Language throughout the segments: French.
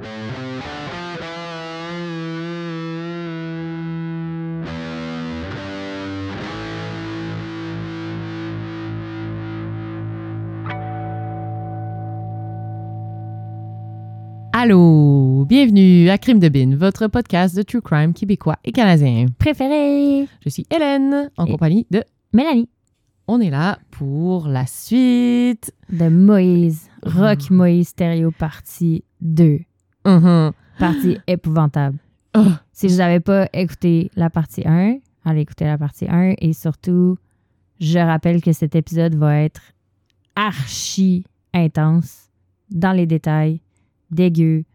Allô, bienvenue à Crime de Bin, votre podcast de true crime québécois et canadien. Préféré. Je suis Hélène, en compagnie de Mélanie. On est là pour la suite De Moïse. Rock Moïse Stéréo partie 2. Partie épouvantable. Si je n'avais pas écouté la partie 1, allez écouter la partie 1. Et surtout, je rappelle que cet épisode va être archi intense dans les détails. Dégueu.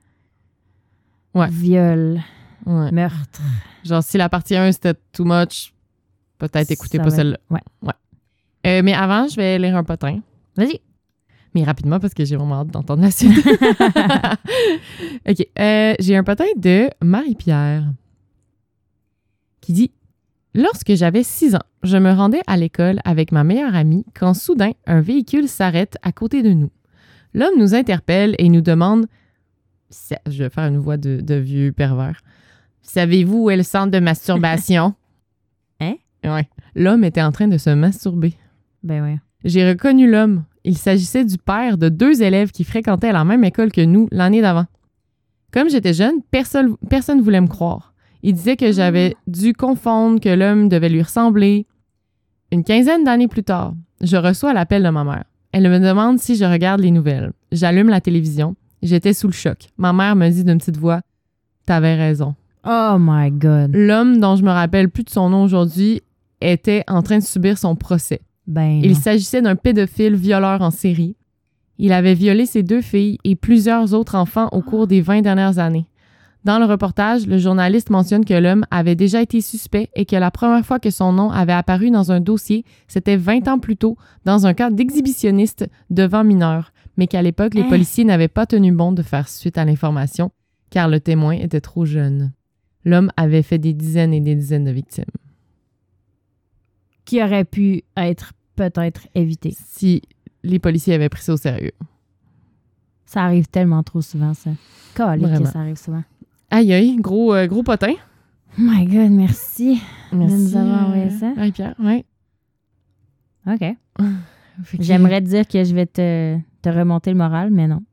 Viol. Meurtre. Genre, si la partie 1 c'était too much, peut-être écoutez pas celle-là. Ouais. Mais avant, je vais lire un potin. Vas-y. Mais rapidement, parce que j'ai vraiment hâte d'entendre la suite. OK. J'ai un potin de Marie-Pierre qui dit « Lorsque j'avais 6 ans, je me rendais à l'école avec ma meilleure amie quand soudain, un véhicule s'arrête à côté de nous. L'homme nous interpelle et nous demande... Je vais faire une voix de vieux pervers. « Savez-vous où est le centre de masturbation? » Hein? Ouais. L'homme était en train de se masturber. Ben ouais. J'ai reconnu l'homme. Il s'agissait du père de 2 élèves qui fréquentaient la même école que nous l'année d'avant. Comme j'étais jeune, personne ne voulait me croire. Il disait que j'avais dû confondre, que l'homme devait lui ressembler. Une quinzaine d'années plus tard, je reçois l'appel de ma mère. Elle me demande si je regarde les nouvelles. J'allume la télévision. J'étais sous le choc. Ma mère me dit d'une petite voix « T'avais raison ». Oh my God. L'homme, dont je me rappelle plus de son nom aujourd'hui, était en train de subir son procès. Il s'agissait d'un pédophile violeur en série. Il avait violé ses 2 filles et plusieurs autres enfants au cours des 20 dernières années. Dans le reportage, le journaliste mentionne que l'homme avait déjà été suspect et que la première fois que son nom avait apparu dans un dossier, c'était 20 ans plus tôt, dans un cas d'exhibitionniste devant mineurs, mais qu'à l'époque, les policiers n'avaient pas tenu bon de faire suite à l'information, car le témoin était trop jeune. L'homme avait fait des dizaines et des dizaines de victimes. Qui aurait pu être peut-être évité. Si les policiers avaient pris ça au sérieux. Ça arrive tellement trop souvent, ça. Calique que ça arrive souvent. Aïe, aïe, gros potin. Oh my God, merci. Merci. De nous avoir envoyé ça. Marie-Pierre, oui. OK. J'aimerais te dire que je vais te remonter le moral, mais non.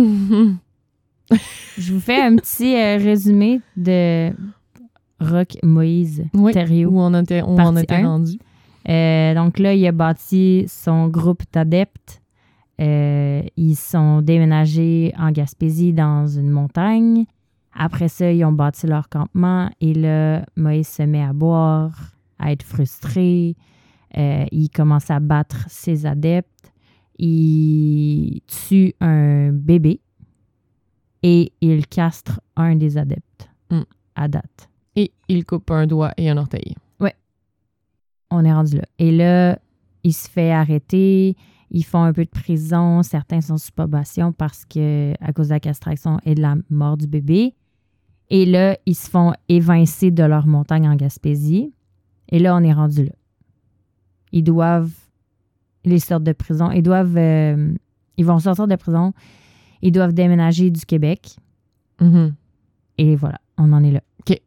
Je vous fais un petit résumé de Rock Moïse Stéréo. Où on était rendu. Donc là, il a bâti son groupe d'adeptes. Ils sont déménagés en Gaspésie dans une montagne. Après ça, ils ont bâti leur campement. Et là, Moïse se met à boire, à être frustré. Il commence à battre ses adeptes. Il tue un bébé. Et il castre un des adeptes à date. Et il coupe un doigt et un orteil. Ouais. On est rendu là. Et là, il se fait arrêter. Ils font un peu de prison. Certains sont sous probation parce que à cause de la castration et de la mort du bébé. Et là, ils se font évincer de leur montagne en Gaspésie. Et là, on est rendu là. Ils sortent de prison. Ils vont sortir de prison. Ils doivent déménager du Québec. Et voilà, on en est là. OK.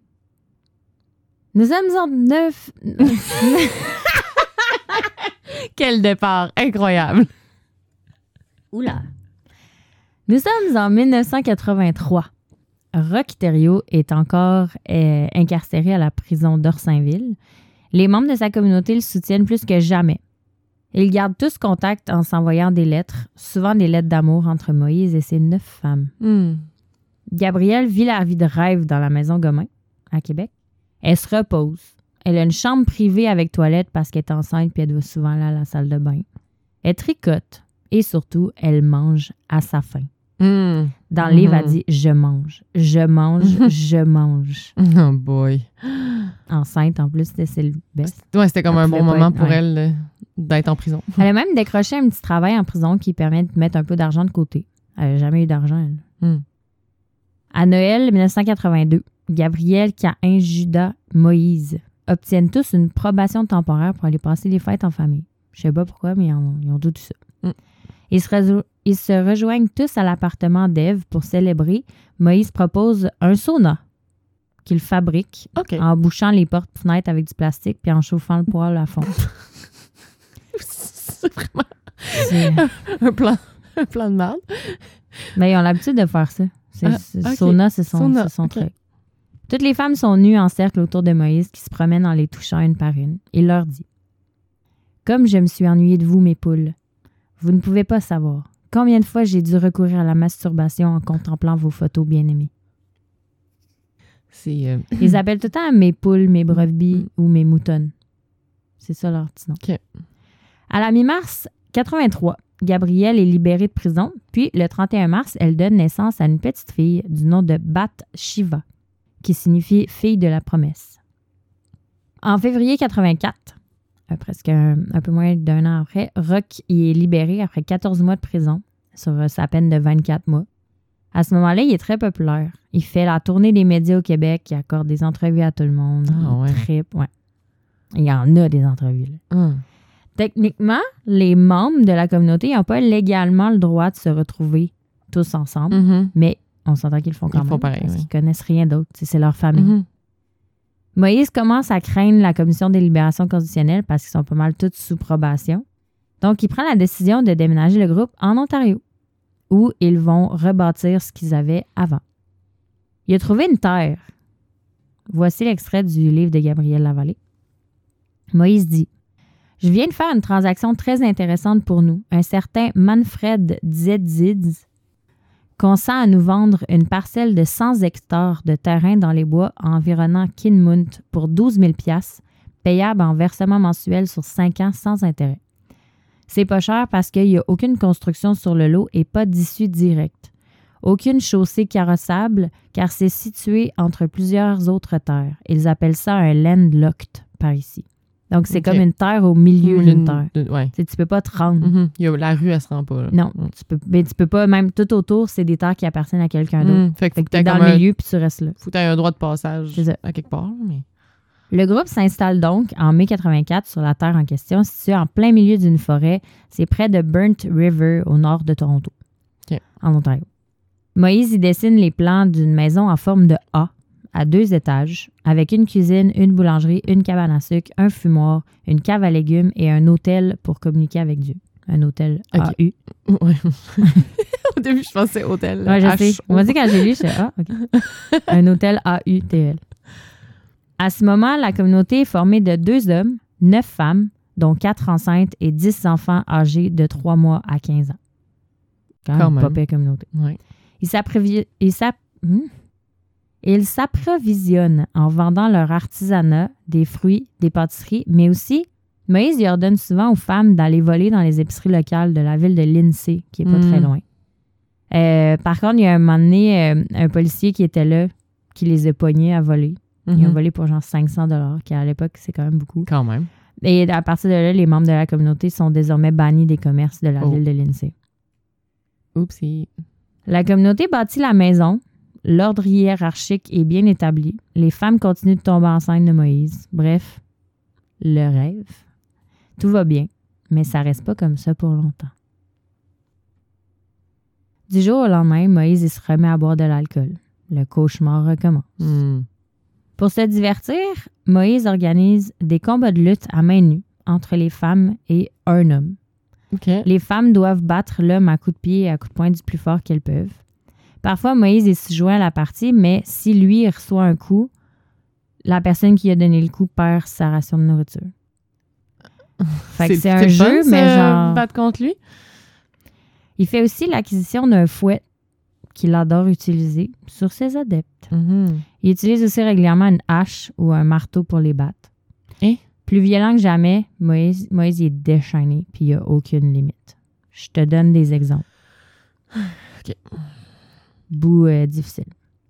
Nous sommes en 9... Quel départ incroyable! Oula! Nous sommes en 1983. Rock Stéréo est encore incarcéré à la prison d'Orsainville. Les membres de sa communauté le soutiennent plus que jamais. Ils gardent tous contact en s'envoyant des lettres, souvent des lettres d'amour entre Moïse et ses 9 femmes. Gabrielle vit la vie de rêve dans la maison Gomain, à Québec. Elle se repose. Elle a une chambre privée avec toilette parce qu'elle est enceinte puis elle doit souvent aller à la salle de bain. Elle tricote et surtout, elle mange à sa faim. Dans le livre, elle dit « Je mange, je mange, je mange ». Oh boy. Enceinte, en plus, c'est le best. Ouais, c'était comme un bon moment pour elle d'être en prison. Elle a même décroché un petit travail en prison qui permet de mettre un peu d'argent de côté. Elle n'a jamais eu d'argent, elle. À Noël 1982, Gabrielle, Caïn, Judas, Moïse obtiennent tous une probation temporaire pour aller passer les fêtes en famille. Je sais pas pourquoi, mais ils ont tout ça. Ils se ils se rejoignent tous à l'appartement d'Ève pour célébrer. Moïse propose un sauna qu'il fabrique en bouchant les portes-fenêtres avec du plastique puis en chauffant le poêle à fond. C'est vraiment un plan de merde. Mais ils ont l'habitude de faire ça. Sauna, c'est son truc. Toutes les femmes sont nues en cercle autour de Moïse qui se promène en les touchant une par une. Il leur dit « Comme je me suis ennuyée de vous, mes poules, vous ne pouvez pas savoir combien de fois j'ai dû recourir à la masturbation en contemplant vos photos bien-aimées. » Ils appellent tout le temps mes poules, mes brebis ou mes moutonnes. C'est ça leur petit nom. Okay. À la mi-mars 83, Gabrielle est libérée de prison, puis le 31 mars, elle donne naissance à une petite fille du nom de Bath-Shiva, qui signifie « fille de la promesse ». En février 84, presque un peu moins d'un an après, Rock y est libéré après 14 mois de prison sur sa peine de 24 mois. À ce moment-là, il est très populaire. Il fait la tournée des médias au Québec, il accorde des entrevues à tout le monde. Il trippe, Il y en a des entrevues. Là. Techniquement, les membres de la communauté n'ont pas légalement le droit de se retrouver tous ensemble, mais on s'entend qu'ils le font quand même pareil, parce qu'ils connaissent rien d'autre. C'est leur famille. Moïse commence à craindre la commission des libérations conditionnelles parce qu'ils sont pas mal tous sous probation. Donc, il prend la décision de déménager le groupe en Ontario, où ils vont rebâtir ce qu'ils avaient avant. Il a trouvé une terre. Voici l'extrait du livre de Gabrielle Lavallée. Moïse dit « Je viens de faire une transaction très intéressante pour nous. Un certain Manfred Zedzids consent à nous vendre une parcelle de 100 hectares de terrain dans les bois environnant Kinmount pour 12 000 $, payable en versement mensuel sur 5 ans sans intérêt. C'est pas cher parce qu'il n'y a aucune construction sur le lot et pas d'issue directe. Aucune chaussée carrossable car c'est situé entre plusieurs autres terres. Ils appellent ça un landlocked par ici. Donc, c'est comme une terre au milieu d'une terre. Tu peux pas te rendre. La rue, elle se rend pas. Là. Non, tu peux pas, même tout autour, c'est des terres qui appartiennent à quelqu'un d'autre. Fait que t'es dans le milieu puis tu restes là. Faut que tu aies un droit de passage à quelque part. Mais... Le groupe s'installe donc en mai 84 sur la terre en question, située en plein milieu d'une forêt. C'est près de Burnt River, au nord de Toronto, en Ontario. Moïse y dessine les plans d'une maison en forme de A, à 2 étages, avec une cuisine, une boulangerie, une cabane à sucre, un fumoir, une cave à légumes et un hôtel pour communiquer avec Dieu. Un hôtel AU. Ouais. Au début, je pensais hôtel. Oui, je sais. On m'a dit quand j'ai lu, je sais OK. Un hôtel AUTL. À ce moment, la communauté est formée de 2 hommes, 9 femmes, dont 4 enceintes et 10 enfants âgés de 3 mois à 15 ans. Quand même. Pas pire communauté. Ouais. Ils s'approvisionnent en vendant leur artisanat, des fruits, des pâtisseries, mais aussi, Moïse y ordonne souvent aux femmes d'aller voler dans les épiceries locales de la ville de Lindsay, qui n'est pas très loin. Par contre, il y a un moment donné, un policier qui était là, qui les a pognés à voler. Ils ont volé pour genre 500 $, qui à l'époque, c'est quand même beaucoup. Quand même. Et à partir de là, les membres de la communauté sont désormais bannis des commerces de la ville de Lindsay. Oupsie. La communauté bâtit la maison. L'ordre hiérarchique est bien établi. Les femmes continuent de tomber enceintes de Moïse. Bref, le rêve. Tout va bien, mais ça reste pas comme ça pour longtemps. Du jour au lendemain, Moïse se remet à boire de l'alcool. Le cauchemar recommence. Pour se divertir, Moïse organise des combats de lutte à main nue entre les femmes et un homme. Les femmes doivent battre l'homme à coups de pied et à coups de poing du plus fort qu'elles peuvent. Parfois, Moïse est joint à la partie, mais si lui reçoit un coup, la personne qui a donné le coup perd sa ration de nourriture. Fait que c'est un jeu, mais genre... battre contre lui? Il fait aussi l'acquisition d'un fouet qu'il adore utiliser sur ses adeptes. Il utilise aussi régulièrement une hache ou un marteau pour les battre. Plus violent que jamais, Moïse il est déchaîné puis il n'y a aucune limite. Je te donne des exemples. OK. Bout difficile.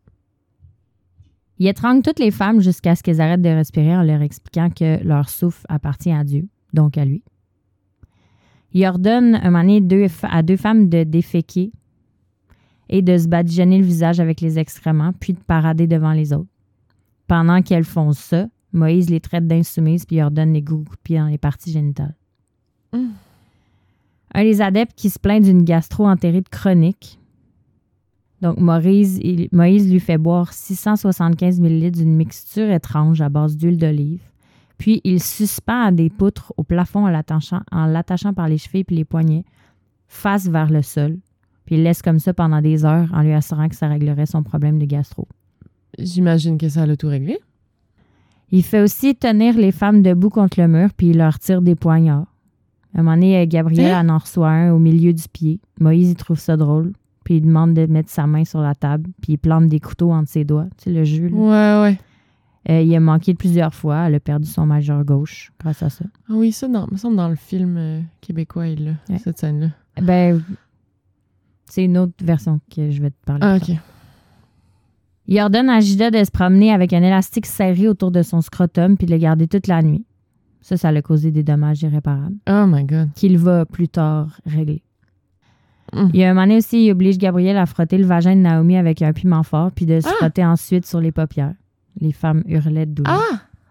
Il étrangle toutes les femmes jusqu'à ce qu'elles arrêtent de respirer en leur expliquant que leur souffle appartient à Dieu, donc à lui. Il ordonne un moment donné à 2 femmes de déféquer et de se badigeonner le visage avec les excréments, puis de parader devant les autres. Pendant qu'elles font ça, Moïse les traite d'insoumises puis il ordonne des coups de pied dans les parties génitales. Un des adeptes qui se plaint d'une gastro-entérite chronique. Donc, Moïse lui fait boire 675 ml d'une mixture étrange à base d'huile d'olive. Puis, il suspend des poutres au plafond en l'attachant par les chevilles et les poignets, face vers le sol. Puis, il laisse comme ça pendant des heures en lui assurant que ça réglerait son problème de gastro. J'imagine que ça l'a tout réglé. Il fait aussi tenir les femmes debout contre le mur, puis il leur tire des poignards. À un moment donné, Gabriel en reçoit un au milieu du pied. Moïse, il trouve ça drôle. Puis il demande de mettre sa main sur la table. Puis il plante des couteaux entre ses doigts. Tu sais, le jeu. Là. Ouais. Il a manqué plusieurs fois. Elle a perdu son majeur gauche grâce à ça. Ah oui, ça, me semble dans le film québécois, cette scène-là. Ben, c'est une autre version que je vais te parler. Ah, OK. Il ordonne à Gida de se promener avec un élastique serré autour de son scrotum puis de le garder toute la nuit. Ça l'a causé des dommages irréparables. Oh my God. Qu'il va plus tard régler. Il y a un moment donné aussi, il oblige Gabriel à frotter le vagin de Naomi avec un piment fort puis de se frotter ensuite sur les paupières. Les femmes hurlaient de douleur.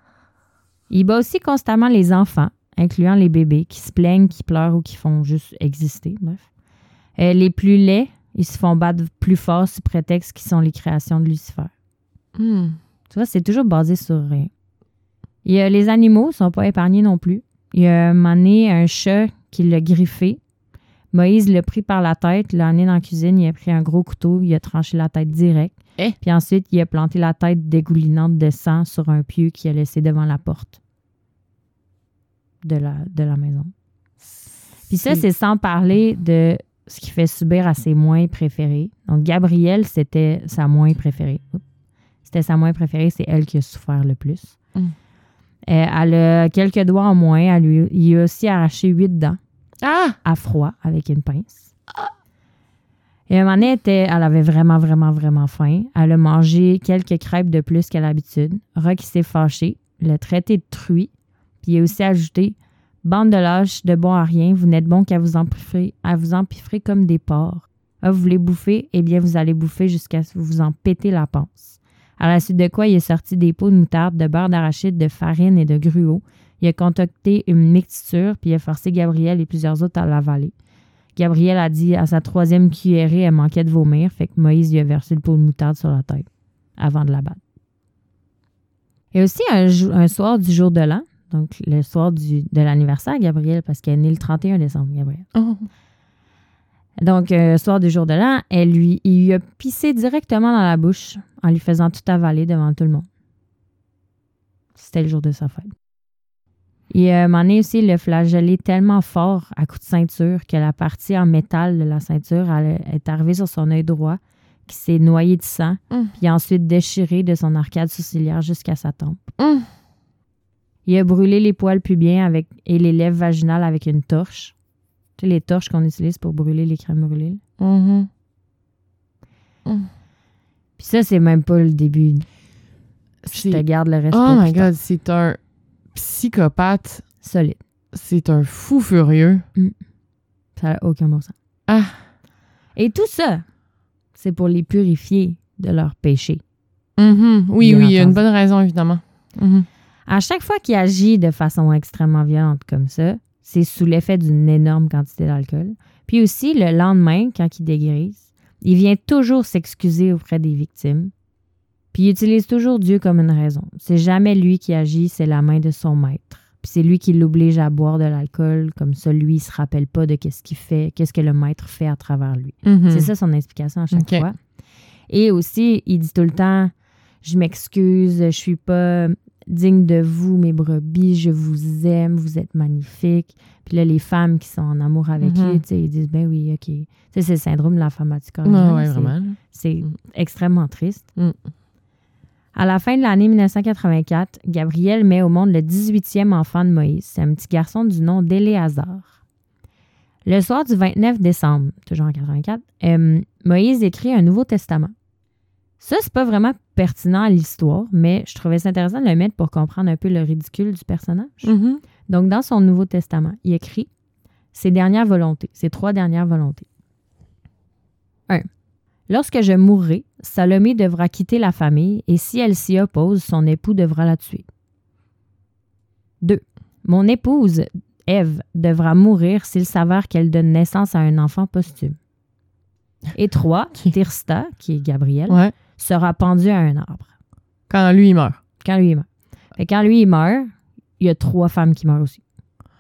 Il bat aussi constamment les enfants, incluant les bébés, qui se plaignent, qui pleurent ou qui font juste exister. Bref. Les plus laids, ils se font battre plus fort sous prétexte qu'ils sont les créations de Lucifer. Tu vois, c'est toujours basé sur rien. Les animaux ne sont pas épargnés non plus. Il y a un moment donné, un chat qui l'a griffé. Moïse l'a pris par la tête, l'a emmené dans la cuisine, il a pris un gros couteau, il a tranché la tête direct. Puis ensuite, il a planté la tête dégoulinante de sang sur un pieu qu'il a laissé devant la porte de la maison. Puis ça, c'est sans parler de ce qu'il fait subir à ses moins préférés. Donc, Gabrielle, c'était sa moins préférée. C'était sa moins préférée, c'est elle qui a souffert le plus. Elle a quelques doigts en moins. Il a aussi arraché 8 dents à froid avec une pince. Et un moment donné, elle avait vraiment, vraiment, vraiment faim. Elle a mangé quelques crêpes de plus qu'à l'habitude. Rock s'est fâché, l'a traité de truie, puis il a aussi ajouté « Bande de lâches, de bons à rien, vous n'êtes bon qu'à vous empiffrer comme des porcs. Vous voulez bouffer? Eh bien, vous allez bouffer jusqu'à ce que vous en pétez la panse. » À la suite de quoi, il a sorti des pots de moutarde, de beurre d'arachide, de farine et de gruau. Il a concocté une mixture, puis il a forcé Gabriel et plusieurs autres à l'avaler. Gabriel a dit à sa 3e cuillerée, elle manquait de vomir, fait que Moïse lui a versé le pot de moutarde sur la tête avant de la battre. Et aussi, un soir du jour de l'an, donc le soir de l'anniversaire, Gabriel, parce qu'elle est née le 31 décembre, Gabriel. Donc, soir du jour de l'an, il lui a pissé directement dans la bouche en lui faisant tout avaler devant tout le monde. C'était le jour de sa fête. Et à un moment donné aussi, il l'a flagellé tellement fort à coups de ceinture que la partie en métal de la ceinture est arrivée sur son œil droit, qui s'est noyé de sang, puis ensuite déchiré de son arcade sourcilière jusqu'à sa tempe. Il a brûlé les poils pubiens et les lèvres vaginales avec une torche. Tu sais, les torches qu'on utilise pour brûler les crèmes brûlées. Puis ça, c'est même pas le début. Je te garde le reste. Oh my God, c'est un psychopathe. Solide. C'est un fou furieux. Ça n'a aucun bon sens. Et tout ça, c'est pour les purifier de leurs péchés. Oui, il y a une bonne raison, évidemment. À chaque fois qu'il agit de façon extrêmement violente comme ça, c'est sous l'effet d'une énorme quantité d'alcool. Puis aussi, le lendemain, quand il dégrise, il vient toujours s'excuser auprès des victimes. Puis il utilise toujours Dieu comme une raison. C'est jamais lui qui agit, c'est la main de son maître. Puis c'est lui qui l'oblige à boire de l'alcool, comme ça, lui, il se rappelle pas de qu'est-ce qu'il fait, qu'est-ce que le maître fait à travers lui. C'est ça son explication à chaque fois. Et aussi, il dit tout le temps, je m'excuse, je suis pas digne de vous, mes brebis, je vous aime, vous êtes magnifiques. Puis là, les femmes qui sont en amour avec lui, ils disent, ben oui, OK. C'est le syndrome de la femme battueur. Vraiment. C'est extrêmement triste. À la fin de l'année 1984, Gabriel met au monde le 18e enfant de Moïse. C'est un petit garçon du nom d'Éléazar. Le soir du 29 décembre, toujours en 84, Moïse écrit un Nouveau Testament. Ça, c'est pas vraiment pertinent à l'histoire, mais je trouvais ça intéressant de le mettre pour comprendre un peu le ridicule du personnage. Donc, dans son Nouveau Testament, il écrit ses 3 dernières volontés. 1. Lorsque je mourrai, Salomé devra quitter la famille et si elle s'y oppose, son époux devra la tuer. 2. Mon épouse Ève devra mourir s'il s'avère qu'elle donne naissance à un enfant posthume. Et 3, Tirsta, qui est Gabriel, sera pendu à un arbre. Quand lui, il meurt. Quand lui, il meurt, il y a 3 femmes qui meurent aussi.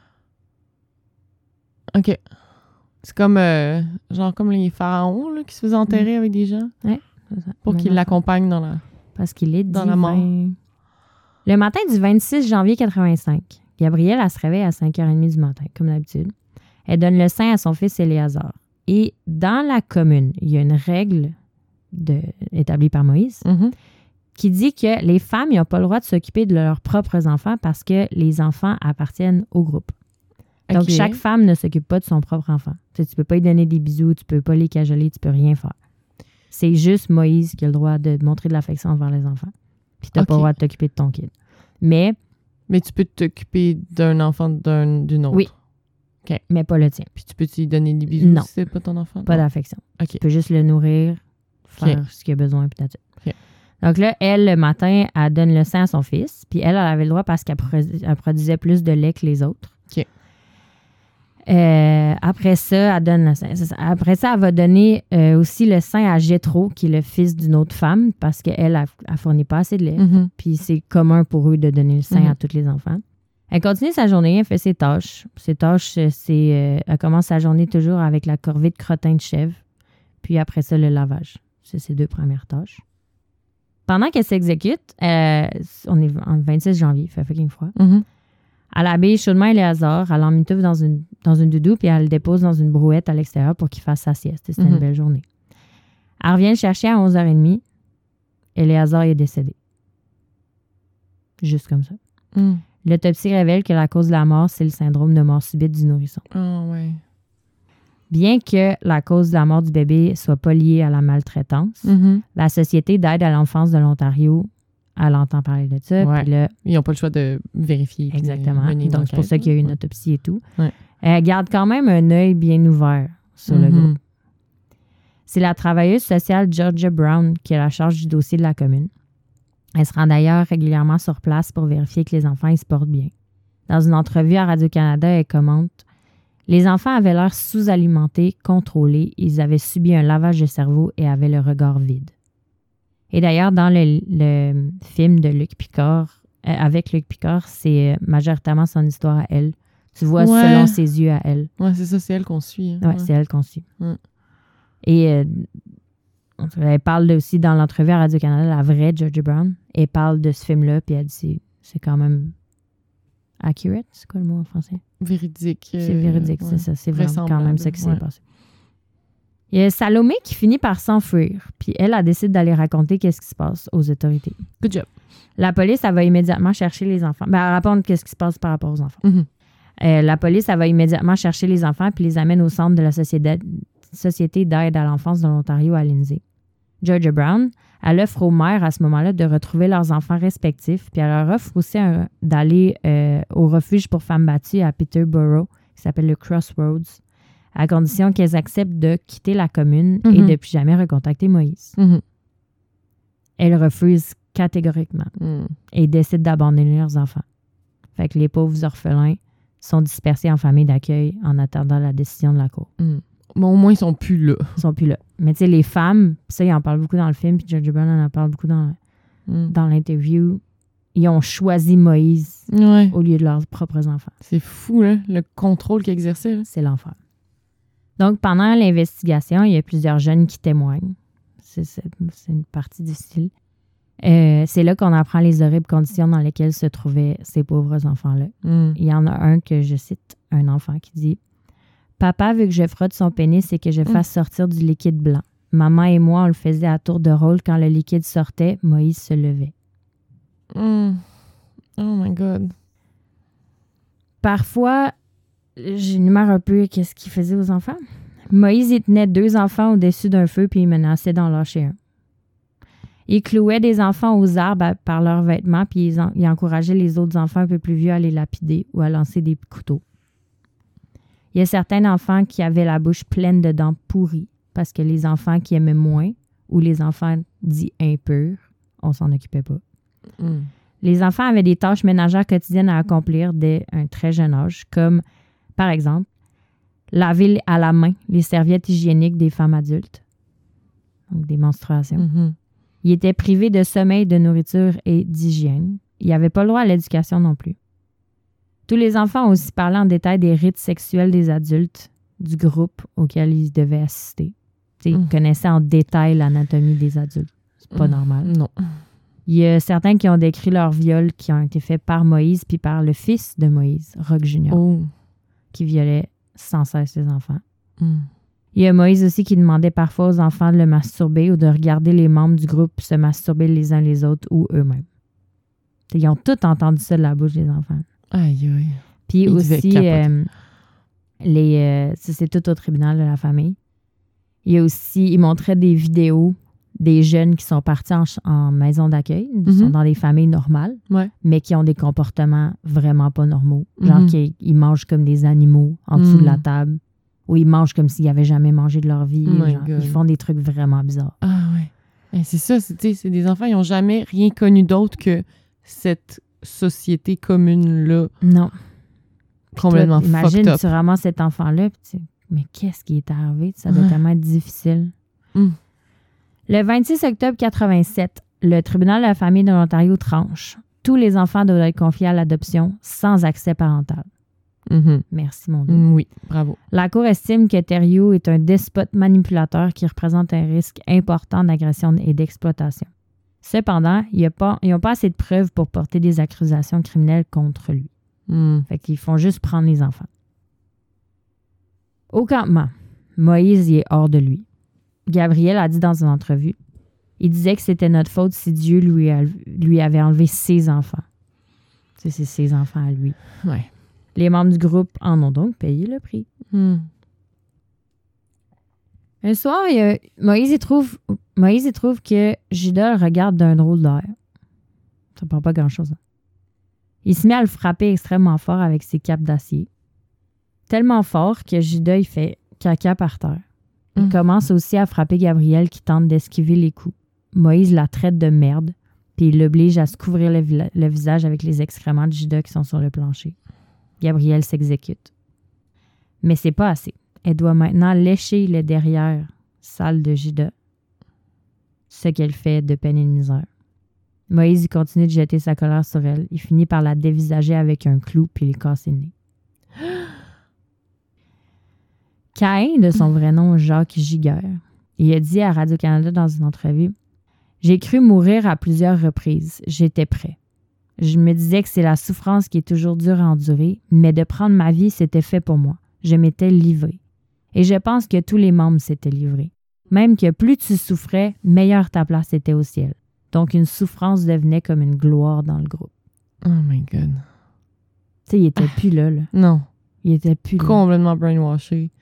OK. C'est comme, genre comme les pharaons là, qui se faisaient enterrer avec des gens. Oui, c'est ça. Pour qu'ils l'accompagnent dans la... Parce qu'il est dans la mort. Le matin du 26 janvier 85, Gabrielle, elle se réveille à 5h30 du matin, comme d'habitude. Elle donne le sein à son fils Éléazar. Et dans la commune, il y a une règle établie par Moïse qui dit que les femmes n'ont pas le droit de s'occuper de leurs propres enfants parce que les enfants appartiennent au groupe. Donc, chaque femme ne s'occupe pas de son propre enfant. Tu peux pas lui donner des bisous, tu peux pas les cajoler, tu peux rien faire. C'est juste Moïse qui a le droit de montrer de l'affection envers les enfants. Puis tu n'as pas le droit de t'occuper de ton kid. Mais tu peux t'occuper d'un enfant d'une autre. Oui. Okay. Mais pas le tien. Puis tu peux lui donner des bisous non. si c'est pas ton enfant? Pas d'affection. Tu peux juste le nourrir, faire ce qu'il a besoin, puis that's it. Donc là, elle, le matin, elle donne le sein à son fils. Puis elle avait le droit parce qu'elle produisait plus de lait que les autres. OK. Après ça, elle donne le sein. Après ça, elle va donner aussi le sein à Jéthro, qui est le fils d'une autre femme, parce qu'elle, elle fournit pas assez de lait. Puis c'est commun pour eux de donner le sein à tous les enfants. Elle continue sa journée, elle fait ses tâches. Ses tâches, c'est... elle commence sa journée toujours avec la corvée de crottin de chèvre. Puis après ça, le lavage. C'est ses 2 premières tâches. Pendant qu'elle s'exécute, on est en 26 janvier, il fait fucking froid. Elle habille chaudement Éléazar, elle l'emmitouffe dans une doudou, puis elle le dépose dans une brouette à l'extérieur pour qu'il fasse sa sieste. C'était une belle journée. Elle revient le chercher à 11h30. Éléazar est décédé. Juste comme ça. L'autopsie révèle que la cause de la mort, c'est le syndrome de mort subite du nourrisson. Ouais. Bien que la cause de la mort du bébé soit pas liée à la maltraitance, la Société d'aide à l'enfance de l'Ontario, elle entend parler de ça. Ouais. Puis là, ils n'ont pas le choix de vérifier. Exactement. Donc, c'est pour ça qu'il y a eu une autopsie et tout. Ouais. Elle garde quand même un œil bien ouvert sur le groupe. C'est la travailleuse sociale Georgia Brown qui a la charge du dossier de la commune. Elle se rend d'ailleurs régulièrement sur place pour vérifier que les enfants ils se portent bien. Dans une entrevue à Radio-Canada, elle commente « Les enfants avaient l'air sous-alimentés, contrôlés, ils avaient subi un lavage de cerveau et avaient le regard vide. » Et d'ailleurs, dans le film de Luc Picard, avec Luc Picard, c'est majoritairement son histoire à elle. Tu vois selon ses yeux à elle. Ouais, c'est ça, c'est elle qu'on suit. Ouais, c'est elle qu'on suit. Et elle parle aussi dans l'entrevue à Radio-Canada, la vraie Georgia Brown. Elle parle de ce film-là, puis elle dit c'est quand même accurate. C'est quoi le mot en français? Véridique. C'est véridique, c'est ça. C'est vraiment quand même ça qui s'est passé. Il y a Salomé qui finit par s'enfuir, puis elle décide d'aller raconter qu'est-ce qui se passe aux autorités. Good job. La police, elle va immédiatement chercher les enfants. Ben, elle raconte qu'est-ce qui se passe par rapport aux enfants. La police, elle va immédiatement chercher les enfants puis les amène au centre de la Société d'aide à l'enfance de l'Ontario à Lindsay. Georgia Brown, elle offre aux mères à ce moment-là de retrouver leurs enfants respectifs, puis elle leur offre aussi d'aller au refuge pour femmes battues à Peterborough, qui s'appelle le Crossroads, à condition qu'elles acceptent de quitter la commune et de plus jamais recontacter Moïse. Elles refusent catégoriquement et décident d'abandonner leurs enfants. Fait que les pauvres orphelins sont dispersés en famille d'accueil en attendant la décision de la cour. Bon, au moins, ils sont plus là. Ils sont plus là. Mais tu sais, les femmes, ça, ils en parlent beaucoup dans le film, puis Georgia Brown en parle beaucoup dans l'interview. Ils ont choisi Moïse au lieu de leurs propres enfants. C'est fou, là, le contrôle qu'ils exerçaient. Là. C'est l'enfer. Donc, pendant l'investigation, il y a plusieurs jeunes qui témoignent. C'est une partie difficile. C'est là qu'on apprend les horribles conditions dans lesquelles se trouvaient ces pauvres enfants-là. Il y en a un que je cite, un enfant qui dit « Papa veut que je frotte son pénis et que je fasse sortir du liquide blanc. Maman et moi, on le faisait à tour de rôle. Quand le liquide sortait, Moïse se levait. » Oh my God. Parfois, j'énumère un peu qu'est-ce qu'il faisait aux enfants. Moïse, il tenait 2 enfants au-dessus d'un feu puis il menaçait d'en lâcher un. Il clouait des enfants aux arbres par leurs vêtements puis il encourageait les autres enfants un peu plus vieux à les lapider ou à lancer des couteaux. Il y a certains enfants qui avaient la bouche pleine de dents pourries parce que les enfants qui aimaient moins ou les enfants dits impurs, on s'en occupait pas. Les enfants avaient des tâches ménagères quotidiennes à accomplir dès un très jeune âge, comme, par exemple, laver à la main les serviettes hygiéniques des femmes adultes, donc des menstruations. Mm-hmm. Ils étaient privés de sommeil, de nourriture et d'hygiène. Ils n'avaient pas le droit à l'éducation non plus. Tous les enfants ont aussi parlé en détail des rites sexuels des adultes du groupe auquel ils devaient assister. Ils connaissaient en détail l'anatomie des adultes. C'est pas normal. Non. Il y a certains qui ont décrit leurs viols qui ont été faits par Moïse puis par le fils de Moïse, Roch Jr., qui violait sans cesse les enfants. Il y a Moïse aussi qui demandait parfois aux enfants de le masturber ou de regarder les membres du groupe se masturber les uns les autres ou eux-mêmes. Ils ont tous entendu ça de la bouche des enfants. Aïe, aïe. Puis aussi, c'est tout au tribunal de la famille. Il y a aussi, ils montraient des vidéos des jeunes qui sont partis en maison d'accueil, qui sont dans des familles normales, mais qui ont des comportements vraiment pas normaux. Genre qu'ils mangent comme des animaux en dessous de la table, ou ils mangent comme s'ils n'avaient jamais mangé de leur vie. Genre, ils font des trucs vraiment bizarres. Ah ouais. Et c'est ça, c'est des enfants, ils n'ont jamais rien connu d'autre que cette société commune-là. Non. Complètement fucked up. Imagine, tu ramasses cet enfant-là, mais qu'est-ce qui est arrivé? Ça doit tellement être difficile. Le 26 octobre 87, le tribunal de la famille de l'Ontario tranche. Tous les enfants doivent être confiés à l'adoption sans accès parental. Merci, mon Dieu. Oui, bravo. La Cour estime que Thériault est un despote manipulateur qui représente un risque important d'agression et d'exploitation. Cependant, ils n'ont pas assez de preuves pour porter des accusations criminelles contre lui. Fait qu'ils font juste prendre les enfants. Au campement, Moïse y est hors de lui. Gabriel a dit dans une entrevue, il disait que c'était notre faute si Dieu lui avait enlevé ses enfants. C'est ses enfants à lui. Ouais. Les membres du groupe en ont donc payé le prix. Un soir, Moïse trouve que Judas le regarde d'un drôle d'air. Ça ne prend pas grand-chose. Il se met à le frapper extrêmement fort avec ses capes d'acier. Tellement fort que Judas il fait caca par terre. Il commence aussi à frapper Gabriel qui tente d'esquiver les coups. Moïse la traite de merde, puis il l'oblige à se couvrir le visage avec les excréments de Judas qui sont sur le plancher. Gabriel s'exécute. Mais c'est pas assez. Elle doit maintenant lécher le derrière sale de Judas. Ce qu'elle fait de peine et de misère. Moïse continue de jeter sa colère sur elle. Il finit par la dévisager avec un clou puis lui casser le nez. Caïn, de son vrai nom Jacques Giguère, il a dit à Radio-Canada dans une entrevue « J'ai cru mourir à plusieurs reprises. J'étais prêt. Je me disais que c'est la souffrance qui est toujours dure à endurer, mais de prendre ma vie, c'était fait pour moi. Je m'étais livré. Et je pense que tous les membres s'étaient livrés. Même que plus tu souffrais, meilleure ta place était au ciel. Donc une souffrance devenait comme une gloire dans le groupe. » Oh my God. Tu sais, il était plus là. Non. Il était plus là. Complètement brainwashé.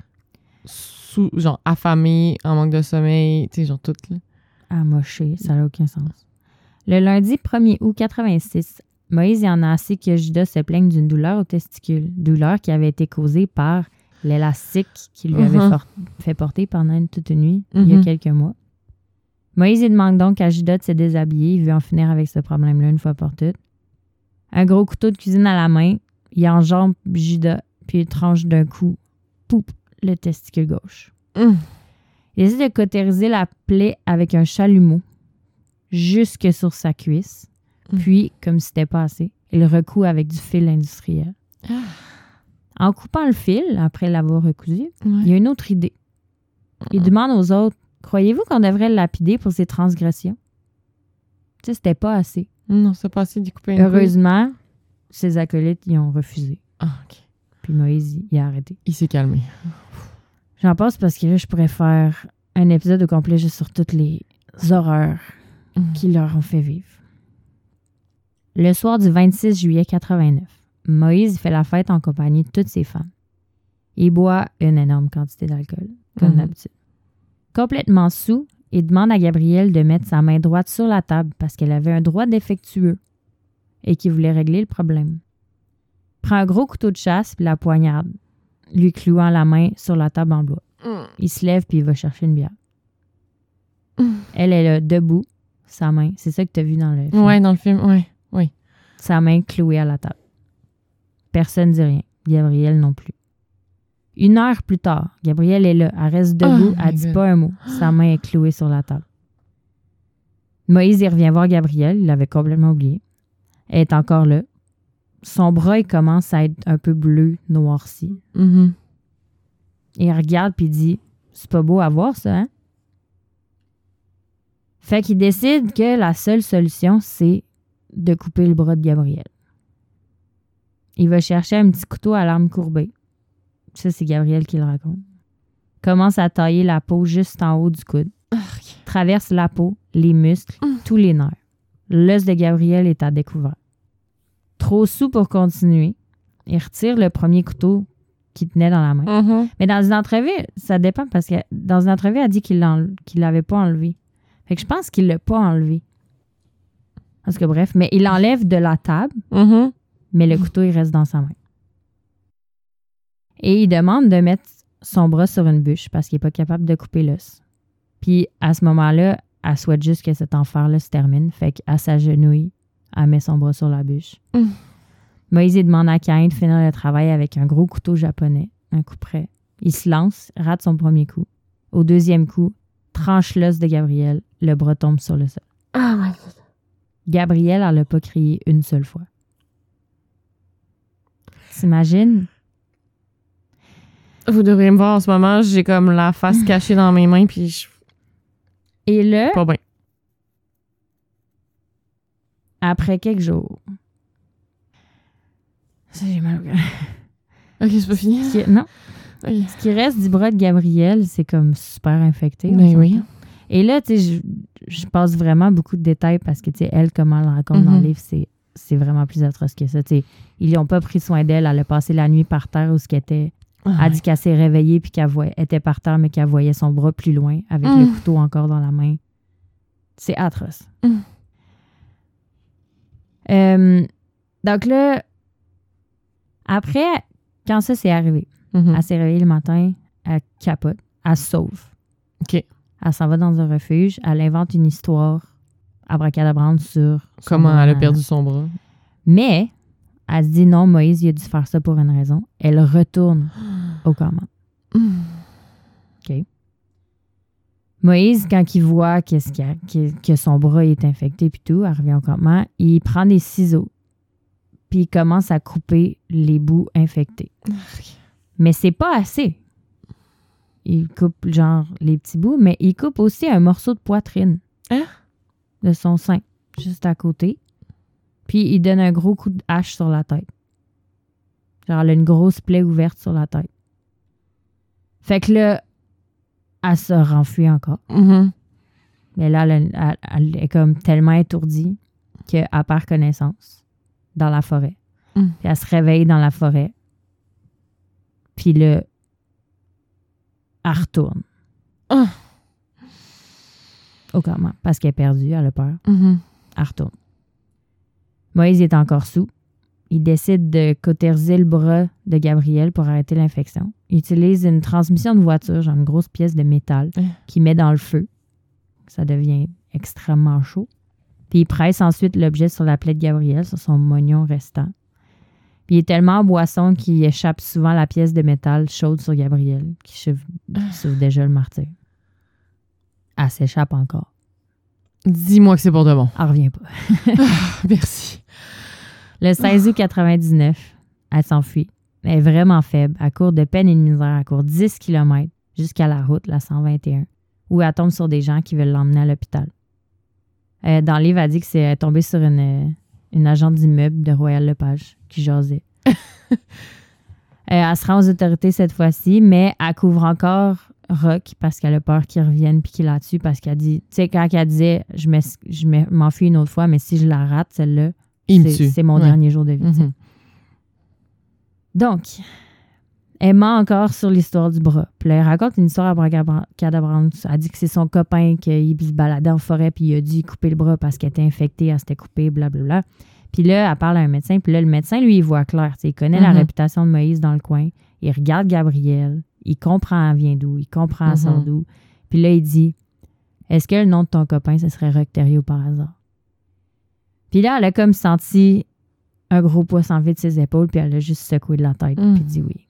Genre affamé, en manque de sommeil, tu sais, genre tout là. Amoché, ça n'a aucun sens. Le lundi 1er août 86, Moïse y en a assez que Judas se plaigne d'une douleur aux testicules, douleur qui avait été causée par l'élastique qu'il lui avait fait porter pendant toute une nuit, il y a quelques mois. Moïse il demande donc à Judas de se déshabiller, il veut en finir avec ce problème-là une fois pour toutes. Un gros couteau de cuisine à la main, il enjambe Judas, puis il tranche d'un coup, poup, le testicule gauche. Il essaie de cautériser la plaie avec un chalumeau jusque sur sa cuisse. Puis, comme si c'était pas assez, il recoue avec du fil industriel. En coupant le fil, après l'avoir recousu, il y a une autre idée. Il demande aux autres, croyez-vous qu'on devrait le lapider pour ses transgressions? Tu sais, c'était pas assez. Non, c'est pas assez d'y couper une Heureusement, ses acolytes y ont refusé. Ah, OK. Puis Moïse, il a arrêté. Il s'est calmé. J'en passe parce que là, je pourrais faire un épisode au complet juste sur toutes les horreurs qui leur ont fait vivre. Le soir du 26 juillet 89, Moïse fait la fête en compagnie de toutes ses femmes. Il boit une énorme quantité d'alcool, comme d'habitude. Complètement saoul, il demande à Gabriel de mettre sa main droite sur la table parce qu'elle avait un droit défectueux et qu'il voulait régler le problème. Prend un gros couteau de chasse puis la poignarde, lui clouant la main sur la table en bois. Il se lève puis il va chercher une bière. Elle est là, debout, sa main. C'est ça que tu as vu dans le film. Ouais, dans le film, ouais. sa main clouée à la table. Personne ne dit rien. Gabrielle non plus. 1 heure plus tard, Gabrielle est là. Elle reste debout. Elle dit pas un mot. Sa main est clouée sur la table. Moïse, il revient voir Gabrielle. Il l'avait complètement oublié. Elle est encore là. Son bras, il commence à être un peu bleu, noirci. Mm-hmm. Et il regarde puis il dit « C'est pas beau à voir, ça, hein? » Fait qu'il décide que la seule solution, c'est de couper le bras de Gabrielle. Il va chercher un petit couteau à l'arme courbée. Ça, c'est Gabrielle qui le raconte. Commence à tailler la peau juste en haut du coude. Traverse la peau, les muscles, tous les nerfs. L'os de Gabrielle est à découvert. Trop saoul pour continuer, il retire le premier couteau qu'il tenait dans la main. Mm-hmm. Mais dans une entrevue, ça dépend parce que dans une entrevue, elle a dit qu'il l'avait pas enlevé. Fait que je pense qu'il l'a pas enlevé. Parce que bref, mais il l'enlève de la table, Mm-hmm. mais le couteau, il reste dans sa main. Et il demande de mettre son bras sur une bûche parce qu'il n'est pas capable de couper l'os. Puis à ce moment-là, elle souhaite juste que cet enfer-là se termine. Fait qu'elle s'agenouille, elle met son bras sur la bûche. Moïse, il demande à Caïn de finir le travail avec un gros couteau japonais, un coup près. Il se lance, rate son premier coup. Au deuxième coup, tranche l'os de Gabrielle, le bras tombe sur le sol. Oh my God. Gabrielle, elle n'a pas crié une seule fois. T'imagines? Vous devriez me voir en ce moment, j'ai comme la face cachée dans mes mains, puis je... Et là, Pas bien. après quelques jours... Ça, j'ai mal au cœur. Ok, c'est pas fini? Non. Ok. Ce qui reste du bras de Gabrielle, c'est comme super infecté. Ben oui. Et là, tu sais, je passe vraiment beaucoup de détails parce que, tu sais, elle, comment elle le raconte dans le livre, c'est vraiment plus atroce que ça. Tu sais, ils n'ont pas pris soin d'elle. Elle a passé la nuit par terre où ce qu'elle était. Elle a dit qu'elle s'est réveillée puis qu'elle était par terre, mais qu'elle voyait son bras plus loin avec le couteau encore dans la main. C'est atroce. Donc là, après, quand ça s'est arrivé, elle s'est réveillée le matin, elle capote, elle se sauve. OK. Elle s'en va dans un refuge, elle invente une histoire abracadabrante sur... Comment elle a perdu son bras. Mais, elle se dit non, Moïse, il a dû faire ça pour une raison. Elle retourne au campement. OK. Moïse, quand il voit que son bras est infecté puis tout, elle revient au campement, il prend des ciseaux puis il commence à couper les bouts infectés. Mais c'est pas assez. Il coupe genre les petits bouts, mais il coupe aussi un morceau de poitrine de son sein, juste à côté. Puis il donne un gros coup de hache sur la tête. Genre, elle a une grosse plaie ouverte sur la tête. Fait que là, elle se renfuit encore. Mais là, elle est comme tellement étourdie qu'elle perd connaissance dans la forêt. Puis elle se réveille dans la forêt. Puis là, elle retourne. Au campement. Parce qu'elle est perdue, elle a peur. Elle retourne. Moïse est encore sous. Il décide de cauteriser le bras de Gabrielle pour arrêter l'infection. Il utilise une transmission de voiture, genre une grosse pièce de métal, qu'il met dans le feu. Ça devient extrêmement chaud. Puis il presse ensuite l'objet sur la plaie de Gabrielle, sur son moignon restant. Puis il est tellement en boisson qu'il échappe souvent la pièce de métal chaude sur Gabrielle, qui sauve déjà le martyr. Elle s'échappe encore. Dis-moi que c'est pour de bon. Elle revient pas. Merci. Le 16 août 99, elle s'enfuit. Elle est vraiment faible. Elle court de peine et de misère. Elle court 10 km jusqu'à la route, la 121, où elle tombe sur des gens qui veulent l'emmener à l'hôpital. Dans le livre, elle dit que c'est tombé sur une agente d'immeuble de Royal Lepage qui jasait. Elle se rend aux autorités cette fois-ci, mais elle couvre encore Rock parce qu'elle a peur qu'il revienne puis qu'il la tue parce qu'elle dit, tu sais, quand elle disait je m'enfuis une autre fois, mais si je la rate, celle-là, c'est mon dernier jour de vie. Donc, elle ment encore sur l'histoire du bras. Puis là, elle raconte une histoire abracadabrante. Elle dit que c'est son copain qui se baladait en forêt puis il a dû couper le bras parce qu'elle était infectée, elle s'était coupée, blablabla. Puis là, elle parle à un médecin. Puis là, le médecin, lui, il voit clair. Il connaît la réputation de Moïse dans le coin. Il regarde Gabrielle. Il comprend elle vient d'où. Il comprend elle sort d'où. Puis là, il dit, est-ce que le nom de ton copain, ce serait Rock Thériault par hasard? Puis là, elle a comme senti un gros poids s'enlevé de ses épaules, puis elle a juste secoué de la tête, puis dit oui.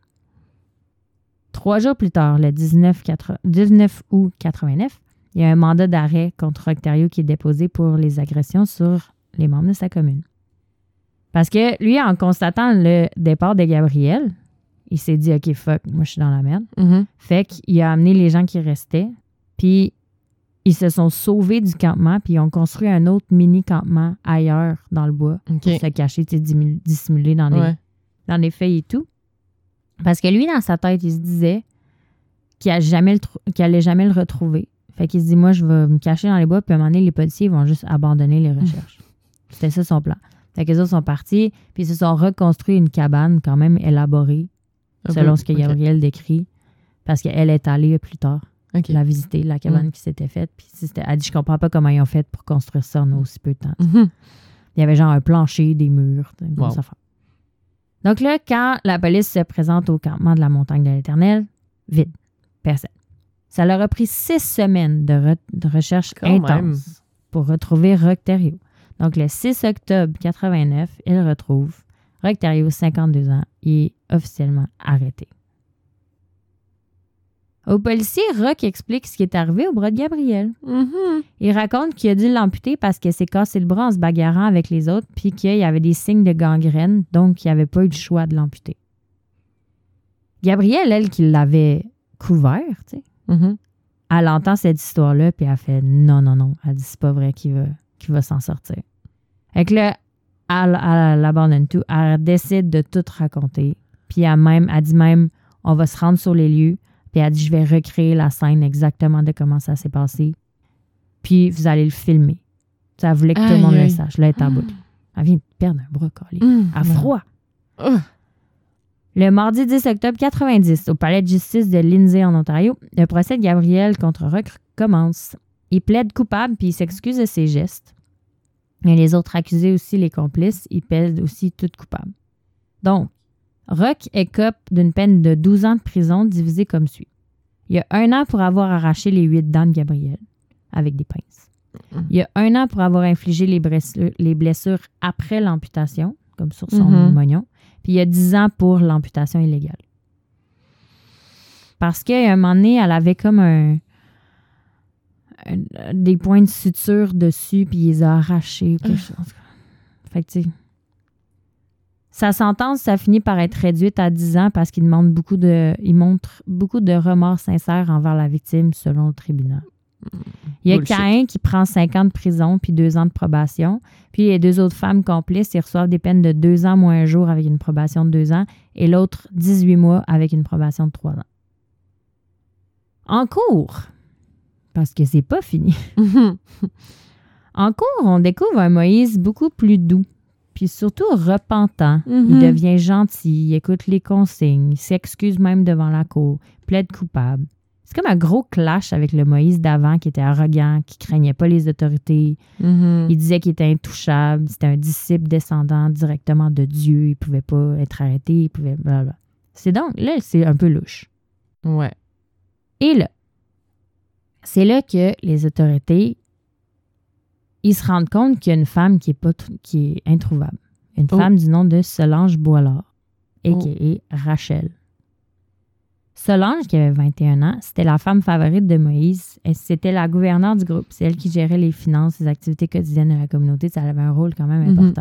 3 jours plus tard, le 19 août 89, il y a un mandat d'arrêt contre Roch Thériault qui est déposé pour les agressions sur les membres de sa commune. Parce que lui, en constatant le départ de Gabrielle, il s'est dit « OK, fuck, moi je suis dans la merde. Fait qu'il a amené les gens qui restaient, puis ils se sont sauvés du campement, puis ils ont construit un autre mini-campement ailleurs dans le bois pour se cacher, dissimuler dans des feuilles et tout. Parce que lui, dans sa tête, il se disait qu'il allait jamais le retrouver. Fait qu'il se dit, moi, je vais me cacher dans les bois, puis à un moment donné, les policiers vont juste abandonner les recherches. C'était ça son plan. Fait que les autres sont partis, puis ils se sont reconstruits une cabane quand même élaborée, selon ce que Gabrielle décrit, parce qu'elle est allée plus tard. La visiter, la cabane qui s'était faite. Puis elle dit, je comprends pas comment ils ont fait pour construire ça en aussi peu de temps. Il y avait genre un plancher, des murs, grosse affaire. Donc là, quand la police se présente au campement de la Montagne de l'Éternel, vide, personne. Ça leur a pris 6 semaines de recherche intense pour retrouver Roch Thériault. Donc le 6 octobre 89, ils retrouvent Roch Thériault, 52 ans, et est officiellement arrêté. Au policier, Roch explique ce qui est arrivé au bras de Gabrielle. Il raconte qu'il a dû l'amputer parce qu'il s'est cassé le bras en se bagarrant avec les autres, puis qu'il y avait des signes de gangrène, donc il n'avait pas eu le choix de l'amputer. Gabrielle, elle, qui l'avait couvert, tu sais, elle entend cette histoire-là, puis elle fait non. Elle dit c'est pas vrai qu'il va s'en sortir. Fait que là, elle abandonne tout. Elle décide de tout raconter. Puis elle dit même on va se rendre sur les lieux. Puis elle dit, je vais recréer la scène exactement de comment ça s'est passé. Puis vous allez le filmer. Ça voulait que tout le monde le sache. Là, elle est à bout. Elle vient de perdre un bras collé. À froid. Le mardi 10 octobre 90, au palais de justice de Lindsay, en Ontario, le procès de Gabrielle contre Roch commence. Il plaide coupable puis il s'excuse de ses gestes. Et les autres accusés aussi, les complices, ils plaident aussi toutes coupables. Donc, Roch écope d'une peine de 12 ans de prison divisée comme suit. Il y a 1 an pour avoir arraché les 8 dents de Gabrielle avec des pinces. Il y a 1 an pour avoir infligé les blessures après l'amputation, comme sur son moignon. Puis il y a 10 ans pour l'amputation illégale. Parce qu'à un moment donné, elle avait comme des points de suture dessus, puis il les a arrachés. Quelque chose. Fait que tu sais... Sa sentence, ça finit par être réduite à 10 ans parce qu'il montre beaucoup de remords sincères envers la victime, selon le tribunal. Il y a Caïn qui prend 5 ans de prison puis 2 ans de probation. Puis les 2 autres femmes complices, ils reçoivent des peines de 2 ans moins un jour avec une probation de 2 ans et l'autre 18 mois avec une probation de 3 ans. En cours, parce que c'est pas fini. En cours, on découvre un Moïse beaucoup plus doux. Puis surtout repentant. Il devient gentil, il écoute les consignes, il s'excuse même devant la cour, plaide coupable. C'est comme un gros clash avec le Moïse d'avant qui était arrogant, qui craignait pas les autorités. Il disait qu'il était intouchable, c'était un disciple descendant directement de Dieu, il pouvait pas être arrêté, il pouvait blablabla. C'est donc, là, c'est un peu louche. Ouais. Et là, c'est là que les autorités... ils se rendent compte qu'il y a une femme qui est introuvable. Une femme du nom de Solange Boilard, a.k.a. Rachel. Solange, qui avait 21 ans, c'était la femme favorite de Moïse. Et c'était la gouverneure du groupe. C'est elle qui gérait les finances, les activités quotidiennes de la communauté. Ça avait un rôle quand même important.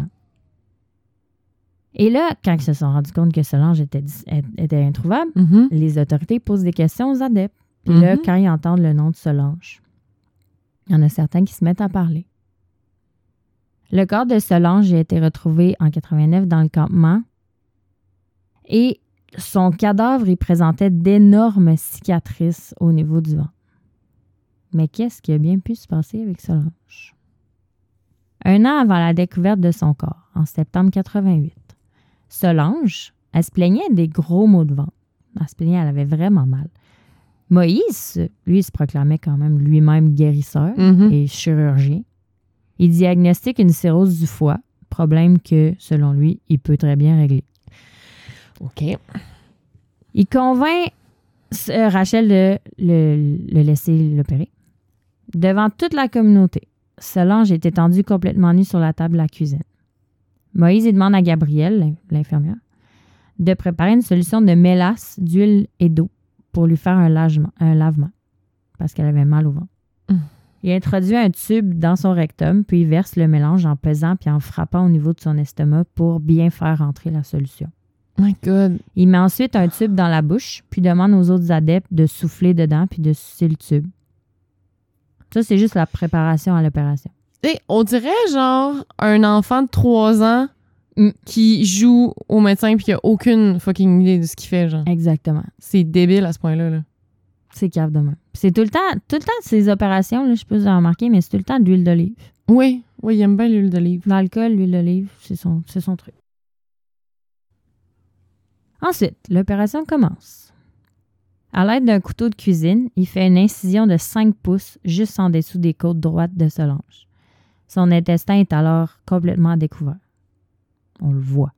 Et là, quand ils se sont rendus compte que Solange était introuvable, les autorités posent des questions aux adeptes. Puis là, quand ils entendent le nom de Solange, il y en a certains qui se mettent à parler. Le corps de Solange a été retrouvé en 89 dans le campement et son cadavre, il présentait d'énormes cicatrices au niveau du ventre. Mais qu'est-ce qui a bien pu se passer avec Solange? 1 an avant la découverte de son corps, en septembre 88, Solange, elle se plaignait des gros maux de ventre. Elle se plaignait, elle avait vraiment mal. Moïse, lui, il se proclamait quand même lui-même guérisseur et chirurgien. Il diagnostique une cirrhose du foie, problème que, selon lui, il peut très bien régler. OK. Il convainc Rachel de le laisser l'opérer. Devant toute la communauté, Solange est étendue complètement nue sur la table de la cuisine. Moïse il demande à Gabrielle, l'infirmière, de préparer une solution de mélasse, d'huile et d'eau pour lui faire un lavement parce qu'elle avait mal au ventre. Il introduit un tube dans son rectum, puis il verse le mélange en pesant puis en frappant au niveau de son estomac pour bien faire rentrer la solution. My God. Il met ensuite un tube dans la bouche, puis demande aux autres adeptes de souffler dedans puis de sucer le tube. Ça, c'est juste la préparation à l'opération. Et on dirait genre un enfant de 3 ans qui joue au médecin puis qui a aucune fucking idée de ce qu'il fait, genre. Exactement. C'est débile à ce point-là, là. C'est cave de même. C'est tout le temps ces opérations, là, je sais pas si vous avez remarqué, mais c'est tout le temps d'huile d'olive. Oui, il aime bien l'huile d'olive. L'alcool, l'huile d'olive, c'est son truc. Ensuite, l'opération commence. À l'aide d'un couteau de cuisine, il fait une incision de 5 pouces juste en dessous des côtes droites de Solange. Son intestin est alors complètement à découvert. On le voit.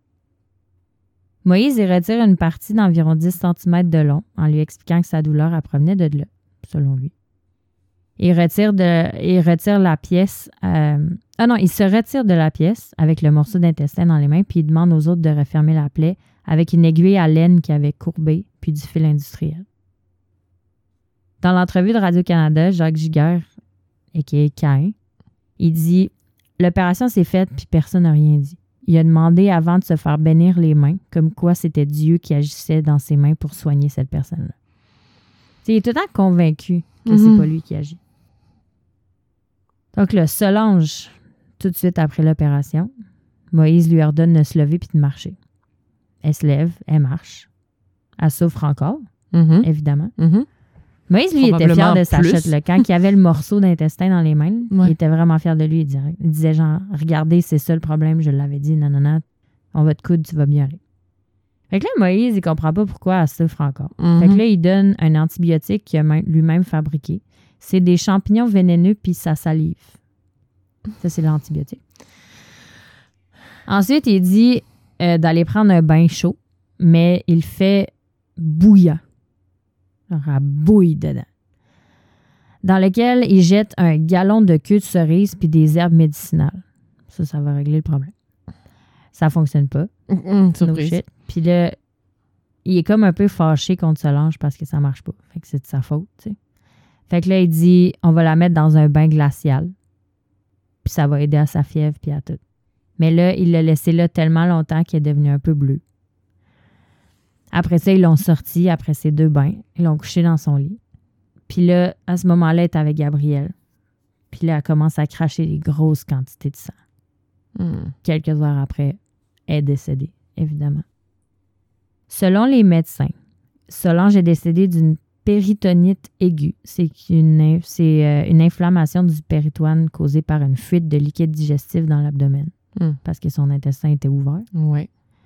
Moïse y retire une partie d'environ 10 cm de long en lui expliquant que sa douleur elle provenait de là, selon lui. Il retire la pièce. Il se retire de la pièce avec le morceau d'intestin dans les mains, puis il demande aux autres de refermer la plaie avec une aiguille à laine qui avait courbé, puis du fil industriel. Dans l'entrevue de Radio-Canada, Jacques Giguère, a.k.a. Caïn, il dit « L'opération s'est faite, puis personne n'a rien dit. Il a demandé avant de se faire bénir les mains, comme quoi c'était Dieu qui agissait dans ses mains pour soigner cette personne-là. » Il est tout le temps convaincu que c'est pas lui qui agit. Donc là, Solange, tout de suite après l'opération, Moïse lui ordonne de se lever puis de marcher. Elle se lève, elle marche. Elle souffre encore, évidemment. Moïse, lui, était fier de sa chute. Là. Quand il avait le morceau d'intestin dans les mains, il était vraiment fier de lui. Il disait genre, regardez, c'est ça le problème, je l'avais dit, non, on va te coudre, tu vas bien aller. Fait que là, Moïse, il comprend pas pourquoi elle souffre encore. Fait que là, il donne un antibiotique qu'il a lui-même fabriqué. C'est des champignons vénéneux puis sa salive. Ça, c'est l'antibiotique. Ensuite, il dit d'aller prendre un bain chaud, mais il fait bouillant. Genre, elle bouille dedans. Dans lequel il jette un gallon de queue de cerise puis des herbes médicinales. Ça va régler le problème. Ça fonctionne pas. Surprise. Puis là, il est comme un peu fâché contre Solange parce que ça marche pas. Fait que c'est de sa faute, tu sais. Fait que là, il dit, on va la mettre dans un bain glacial. Puis ça va aider à sa fièvre puis à tout. Mais là, il l'a laissé là tellement longtemps qu'il est devenu un peu bleu. Après ça, ils l'ont sorti après ces 2 bains. Ils l'ont couché dans son lit. Puis là, à ce moment-là, elle est avec Gabrielle. Puis là, elle commence à cracher des grosses quantités de sang. Quelques heures après, elle est décédée, évidemment. Selon les médecins, Solange est décédée d'une péritonite aiguë. C'est une inflammation du péritoine causée par une fuite de liquide digestif dans l'abdomen. Parce que son intestin était ouvert. Oui.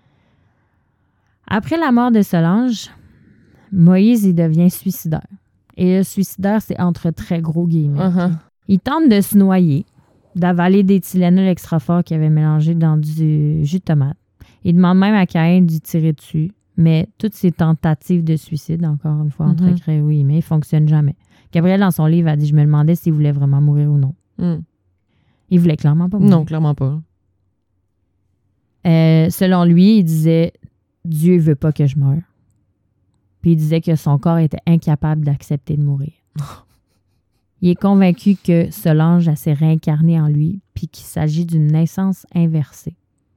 Après la mort de Solange, Moïse il devient suicidaire. Et le suicidaire, c'est entre très gros guillemets. Il tente de se noyer, d'avaler des Tylenol extra forts qu'il avait mélangés dans du jus de tomate. Il demande même à Caïn de tirer dessus. Mais toutes ces tentatives de suicide, encore une fois, entre très oui, mais ne fonctionnent jamais. Gabrielle, dans son livre, a dit « Je me demandais s'il voulait vraiment mourir ou non. » Il voulait clairement pas mourir. Non, clairement pas. Selon lui, il disait « Dieu veut pas que je meure. » Puis il disait que son corps était incapable d'accepter de mourir. Il est convaincu que Solange s'est réincarnée en lui puis qu'il s'agit d'une naissance inversée.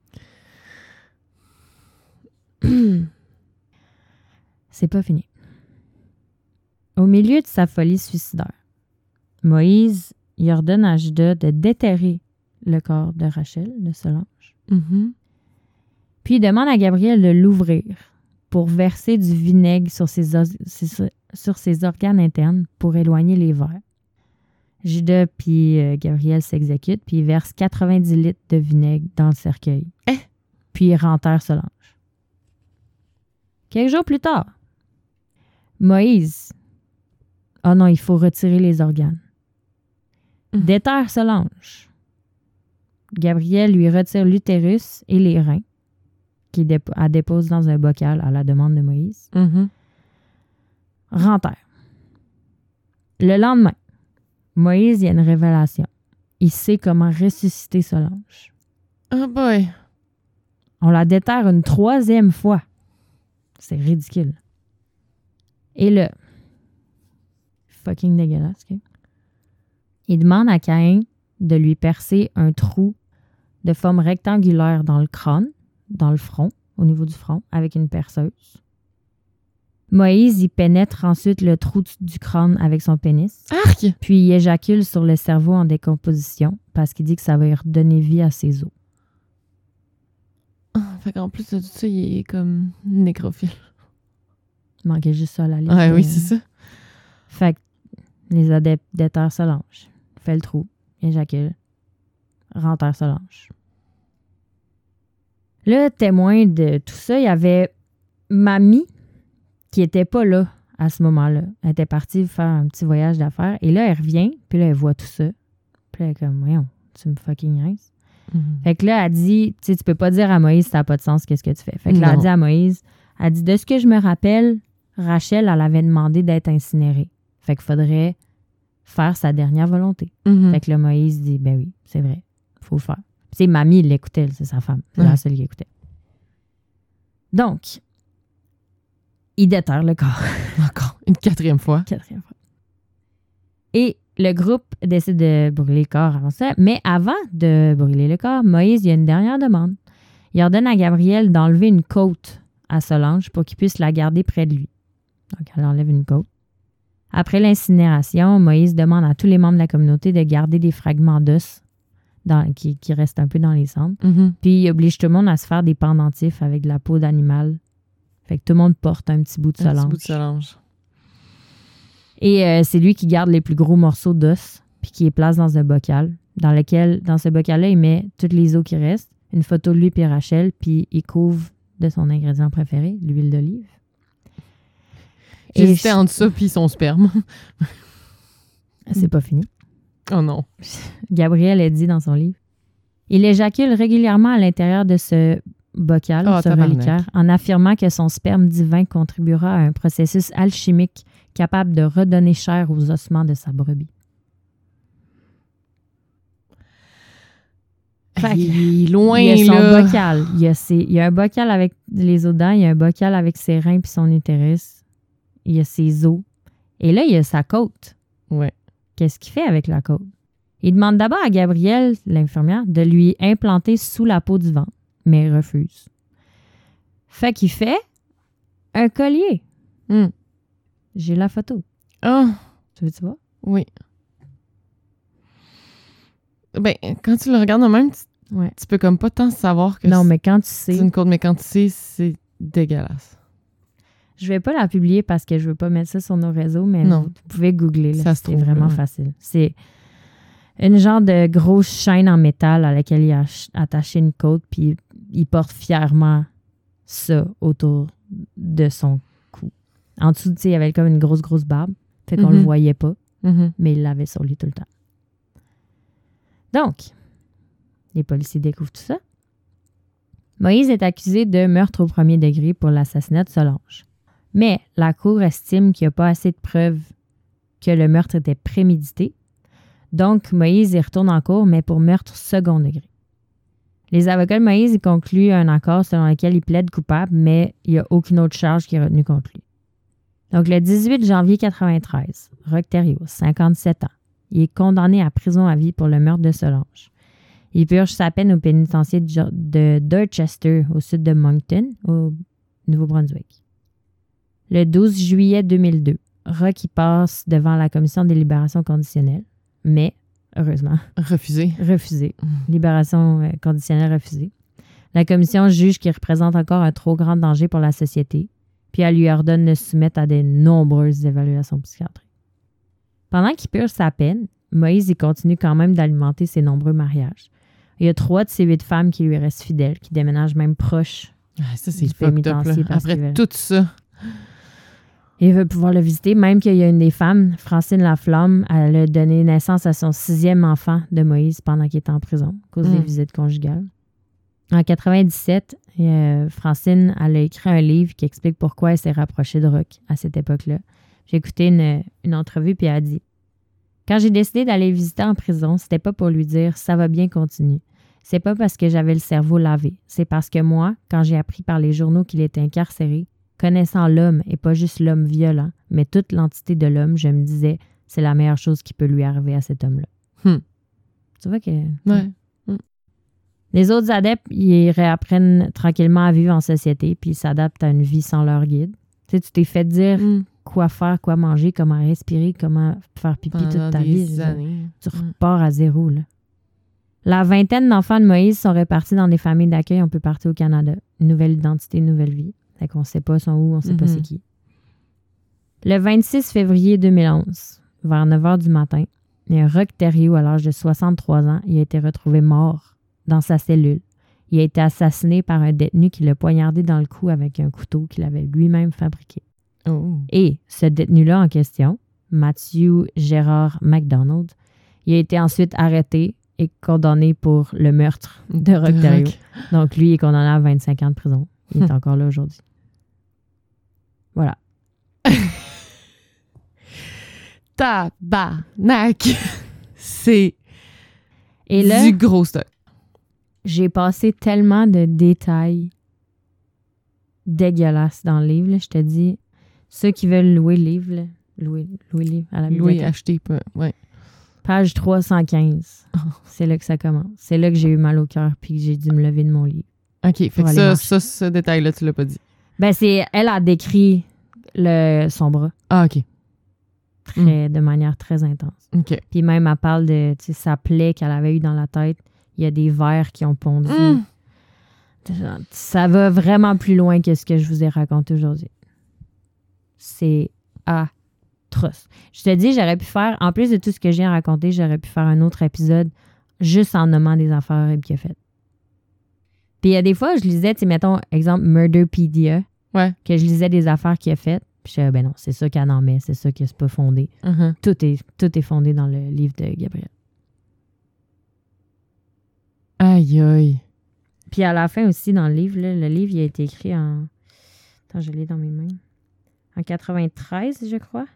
C'est pas fini. Au milieu de sa folie suicidaire, Moïse il ordonne à Judas de déterrer le corps de Rachel, de Solange. Puis il demande à Gabrielle de l'ouvrir pour verser du vinaigre sur ses organes internes pour éloigner les vers. Judas puis Gabrielle s'exécutent, puis ils versent 90 litres de vinaigre dans le cercueil. Puis ils renterrent Solange. Quelques jours plus tard, Moïse, non, il faut retirer les organes. Déterre Solange. Gabrielle lui retire l'utérus et les reins, qu'il dépose dans un bocal à la demande de Moïse. Renterre. Le lendemain, Moïse, il y a une révélation. Il sait comment ressusciter Solange. Oh boy! On la déterre une 3e fois. C'est ridicule. Et là, fucking dégueulasse, OK? Il demande à Caïn de lui percer un trou de forme rectangulaire dans le crâne, dans le front, au niveau du front, avec une perceuse. Moïse y pénètre ensuite le trou du crâne avec son pénis. Arc! Puis il éjacule sur le cerveau en décomposition parce qu'il dit que ça va y redonner vie à ses os. Fait qu'en plus de tout ça, il est comme nécrophile. Il manquait juste ça à la liste. Ouais, oui, c'est ça. Fait que les adepteurs se lâchent. Fait le trou, éjacule, rentre se lâche. Le témoin de tout ça, il y avait Mamie qui était pas là à ce moment-là. Elle était partie faire un petit voyage d'affaires. Et là, elle revient, puis là, elle voit tout ça. Puis là, elle est comme, voyons, tu me fucking niaises. Mm-hmm. Fait que là, elle dit, tu sais, tu peux pas dire à Moïse, ça n'a pas de sens, qu'est-ce que tu fais. Fait que là, elle dit à Moïse, elle dit, de ce que je me rappelle, Rachel, elle avait demandé d'être incinérée. Fait qu'il faudrait faire sa dernière volonté. Mm-hmm. Fait que là, Moïse dit, ben oui, c'est vrai, faut le faire. Puis c'est Mamie, il l'écoutait, c'est sa femme. C'est la seule qui écoutait. Donc, il déterre le corps. Encore une 4e fois. Et le groupe décide de brûler le corps avant ça. Mais avant de brûler le corps, Moïse, il y a une dernière demande. Il ordonne à Gabriel d'enlever une côte à Solange pour qu'il puisse la garder près de lui. Donc, elle enlève une côte. Après l'incinération, Moïse demande à tous les membres de la communauté de garder des fragments d'os qui restent un peu dans les cendres. Mm-hmm. Puis, il oblige tout le monde à se faire des pendentifs avec de la peau d'animal. Fait que tout le monde porte un petit bout de Solange. Et c'est lui qui garde les plus gros morceaux d'os puis qui les place dans un bocal, dans ce bocal-là, il met toutes les os qui restent, une photo de lui puis Rachel, puis il couvre de son ingrédient préféré, l'huile d'olive. J'hésitais entre ça puis son sperme. C'est pas fini. Oh non. Gabriel a dit dans son livre. Il éjacule régulièrement à l'intérieur de ce bocal, ce reliquaire, en affirmant que son sperme divin contribuera à un processus alchimique capable de redonner chair aux ossements de sa brebis. Il est loin, il y a là. Son bocal. Il y a un bocal avec les os dedans, il y a un bocal avec ses reins puis son utérus. Il y a ses os. Et là, il y a sa côte. Ouais. Qu'est-ce qu'il fait avec la côte? Il demande d'abord à Gabrielle, l'infirmière, de lui implanter sous la peau du ventre, mais il refuse. Fait qu'il fait un collier. J'ai la photo. Oh. Tu veux-tu voir? Oui. Ben, quand tu le regardes de même, tu peux comme pas tant savoir que mais quand tu sais... c'est une côte, mais quand tu sais, c'est dégueulasse. Je vais pas la publier parce que je veux pas mettre ça sur nos réseaux, mais vous pouvez googler. Là, c'est vraiment facile. C'est une genre de grosse chaîne en métal à laquelle il a attaché une côte, puis il porte fièrement ça autour de son cou. En dessous, tu sais, il y avait comme une grosse barbe, fait qu'on le voyait pas, mais il l'avait sur lui tout le temps. Donc, les policiers découvrent tout ça. Moïse est accusé de meurtre au 1er degré pour l'assassinat de Solange. Mais la Cour estime qu'il n'y a pas assez de preuves que le meurtre était prémédité. Donc, Moïse y retourne en cour, mais pour meurtre second degré. Les avocats de Moïse y concluent un accord selon lequel il plaide coupable, mais il n'y a aucune autre charge qui est retenue contre lui. Donc, le 18 janvier 1993, Roch Thériault, 57 ans, il est condamné à prison à vie pour le meurtre de Solange. Il purge sa peine au pénitencier de Dorchester, au sud de Moncton, au Nouveau-Brunswick. Le 12 juillet 2002, Roch y passe devant la commission des libérations conditionnelles, mais, heureusement... Refusé. Libération conditionnelle refusée. La commission juge qu'il représente encore un trop grand danger pour la société, puis elle lui ordonne de se soumettre à de nombreuses évaluations psychiatriques. Pendant qu'il purge sa peine, Moïse y continue quand même d'alimenter ses nombreux mariages. Il y a 3 de ses 8 femmes qui lui restent fidèles, qui déménagent même proches ça, c'est du pénitencier. Après tout ça... Il veut pouvoir le visiter, même qu'il y a une des femmes, Francine Laflamme, elle a donné naissance à son 6e enfant de Moïse pendant qu'il était en prison, à cause des visites conjugales. En 1997, Francine, elle a écrit un livre qui explique pourquoi elle s'est rapprochée de Roch à cette époque-là. J'ai écouté une entrevue, puis elle a dit « Quand j'ai décidé d'aller le visiter en prison, c'était pas pour lui dire « ça va bien, continue ». C'est pas parce que j'avais le cerveau lavé. C'est parce que moi, quand j'ai appris par les journaux qu'il était incarcéré, connaissant l'homme et pas juste l'homme violent, mais toute l'entité de l'homme, je me disais, c'est la meilleure chose qui peut lui arriver à cet homme-là. Tu vois que... Ouais. Les autres adeptes, ils réapprennent tranquillement à vivre en société puis ils s'adaptent à une vie sans leur guide. Tu sais, tu t'es fait dire quoi faire, quoi manger, comment respirer, comment faire pipi toute ta vie. Tu repars à zéro, là. La vingtaine d'enfants de Moïse sont répartis dans des familles d'accueil un peu partout au Canada. Une nouvelle identité, une nouvelle vie. Fait qu'on sait pas son où, on sait pas c'est qui. Le 26 février 2011, vers 9 h du matin, Roch Thériault, à l'âge de 63 ans, il a été retrouvé mort dans sa cellule. Il a été assassiné par un détenu qui l'a poignardé dans le cou avec un couteau qu'il avait lui-même fabriqué. Oh. Et ce détenu-là en question, Matthew Gérard McDonald, il a été ensuite arrêté et condamné pour le meurtre de Roch Thériault. Donc lui, il est condamné à 25 ans de prison. Il est encore là aujourd'hui. Voilà. Tabarnak! C'est et là, du gros stock. J'ai passé tellement de détails dégueulasses dans le livre. Là. Je te dis, ceux qui veulent louer le livre, là, louer le livre à la bibliothèque. Louer, acheter, ouais. Page 315. C'est là que ça commence. C'est là que j'ai eu mal au cœur puis que j'ai dû me lever de mon lit. OK, fait que ce détail-là, tu l'as pas dit. Ben, elle a décrit son bras. Ah, OK. De manière très intense. OK. Puis même, elle parle de sa plaie qu'elle avait eue dans la tête. Il y a des vers qui ont pondu. Ça va vraiment plus loin que ce que je vous ai raconté aujourd'hui. C'est atroce. Je te dis, j'aurais pu faire, en plus de tout ce que j'ai à raconter, j'aurais pu faire un autre épisode juste en nommant des affaires horribles qu'il a faites. Puis il y a des fois, je lisais, tu sais, mettons, exemple, Murderpedia, que je lisais des affaires qu'il a faites. Puis je disais, ben non, c'est ça qu'elle en met, c'est ça que c'est pas fondé. Tout est fondé dans le livre de Gabriel. Aïe, aïe. Puis à la fin aussi, dans le livre, là, le livre, il a été écrit en... Attends, je l'ai dans mes mains. En 93, je crois.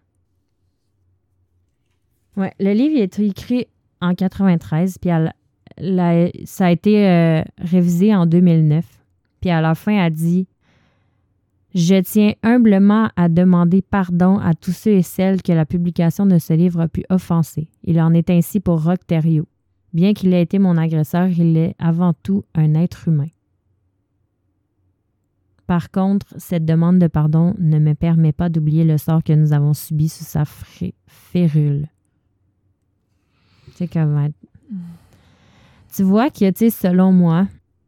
Ouais, le livre, il a été écrit en 93, puis ça a été révisé en 2009. Puis à la fin, elle dit « Je tiens humblement à demander pardon à tous ceux et celles que la publication de ce livre a pu offenser. Il en est ainsi pour Roch Thériault. Bien qu'il ait été mon agresseur, il est avant tout un être humain. Par contre, cette demande de pardon ne me permet pas d'oublier le sort que nous avons subi sous sa férule. » Tu sais comment... Tu vois que, tu sais, selon moi,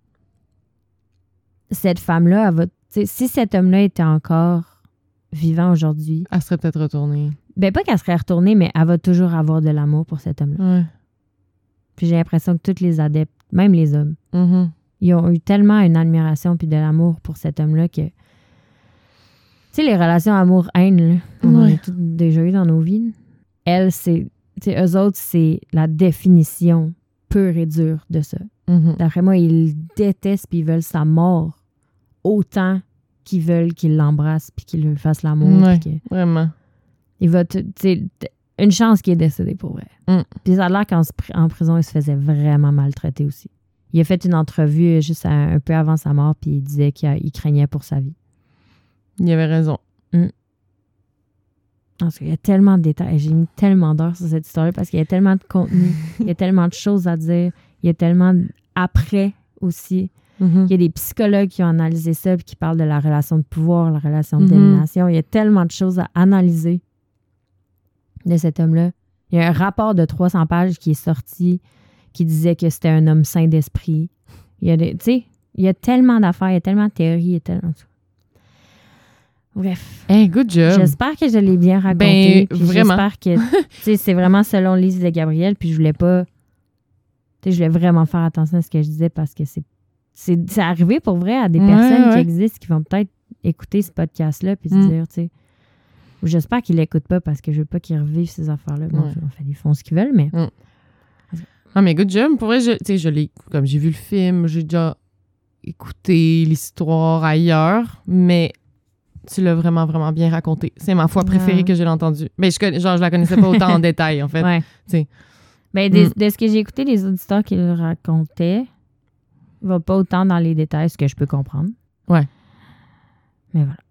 cette femme-là, elle va... Si cet homme-là était encore vivant aujourd'hui... Elle serait peut-être retournée. Ben pas qu'elle serait retournée, mais elle va toujours avoir de l'amour pour cet homme-là. Ouais. Puis j'ai l'impression que tous les adeptes, même les hommes, ils ont eu tellement une admiration puis de l'amour pour cet homme-là que... Tu sais, les relations amour-haine, là, on en a toutes déjà eu dans nos vies. Elles, c'est... Tu sais, eux autres, c'est la définition pure et dure de ça. D'après moi, ils détestent puis ils veulent sa mort autant qu'ils veulent qu'il l'embrasse puis qu'il lui fasse l'amour. Ouais, vraiment. Il va... Tu sais, une chance qu'il est décédé pour vrai. Puis ça a l'air qu'en prison, il se faisait vraiment maltraiter aussi. Il a fait une entrevue juste un peu avant sa mort, puis il disait qu'il craignait pour sa vie. Il avait raison. Parce qu'il y a tellement de détails. J'ai mis tellement d'heures sur cette histoire parce qu'il y a tellement de contenu, il y a tellement de choses à dire, il y a tellement après aussi. Il y a des psychologues qui ont analysé ça puis qui parlent de la relation de pouvoir, la relation de domination. Il y a tellement de choses à analyser de cet homme-là. Il y a un rapport de 300 pages qui est sorti qui disait que c'était un homme sain d'esprit. Il y a tellement d'affaires, il y a tellement de théories, il y a tellement... Bref. Hey, good job. J'espère que je l'ai bien raconté. Ben, vraiment. J'espère que c'est vraiment selon Lise de Gabriel, puis je voulais pas... Je voulais vraiment faire attention à ce que je disais parce que c'est arrivé pour vrai à des personnes qui existent qui vont peut-être écouter ce podcast-là puis se dire, tu sais... J'espère qu'ils l'écoutent pas parce que je veux pas qu'ils revivent ces affaires-là. Bon, ils font ce qu'ils veulent, mais... Ah, mais good job. Pour vrai, je l'ai... Comme j'ai vu le film, j'ai déjà écouté l'histoire ailleurs, mais tu l'as vraiment, vraiment bien raconté. C'est ma fois préférée que j'ai entendue. Mais je la connaissais pas autant en détail, en fait. Ouais. T'sais. Ben, de ce que j'ai écouté, les auditeurs qui le racontaient, va pas autant dans les détails, ce que je peux comprendre. Ouais. Mais voilà.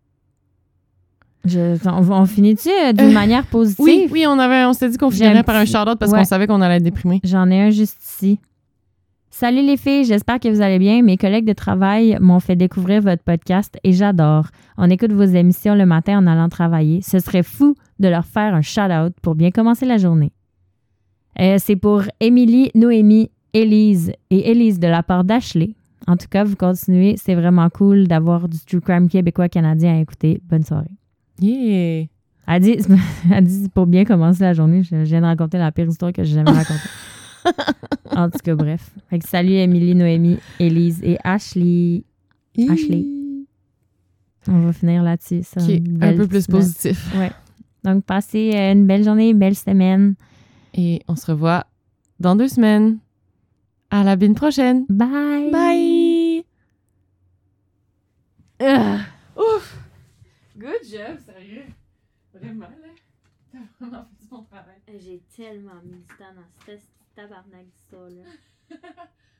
On finit-tu d'une manière positive? Oui, on s'est dit qu'on finirait par un shout-out parce qu'on savait qu'on allait être déprimé. J'en ai un juste ici. Salut les filles, j'espère que vous allez bien. Mes collègues de travail m'ont fait découvrir votre podcast et j'adore. On écoute vos émissions le matin en allant travailler. Ce serait fou de leur faire un shout-out pour bien commencer la journée. C'est pour Émilie, Noémie, Élise et Élise de la part d'Ashley. En tout cas, vous continuez. C'est vraiment cool d'avoir du true crime québécois-canadien à écouter. Bonne soirée. Yeah! Elle dit pour bien commencer la journée, je viens de raconter la pire histoire que j'ai jamais racontée. En tout cas, bref. Fait que salut Émilie, Noémie, Élise et Ashley. Ashley. On va finir là-dessus. Ça, un peu plus positif. Ouais. Donc, passez une belle journée, une belle semaine. Et on se revoit dans 2 semaines. À la bine prochaine. Bye! Bye! Ouf! Good job, sérieux. Vraiment, là. T'as vraiment fait du bon travail. J'ai tellement mis du temps dans ce tabarnak de ça, là.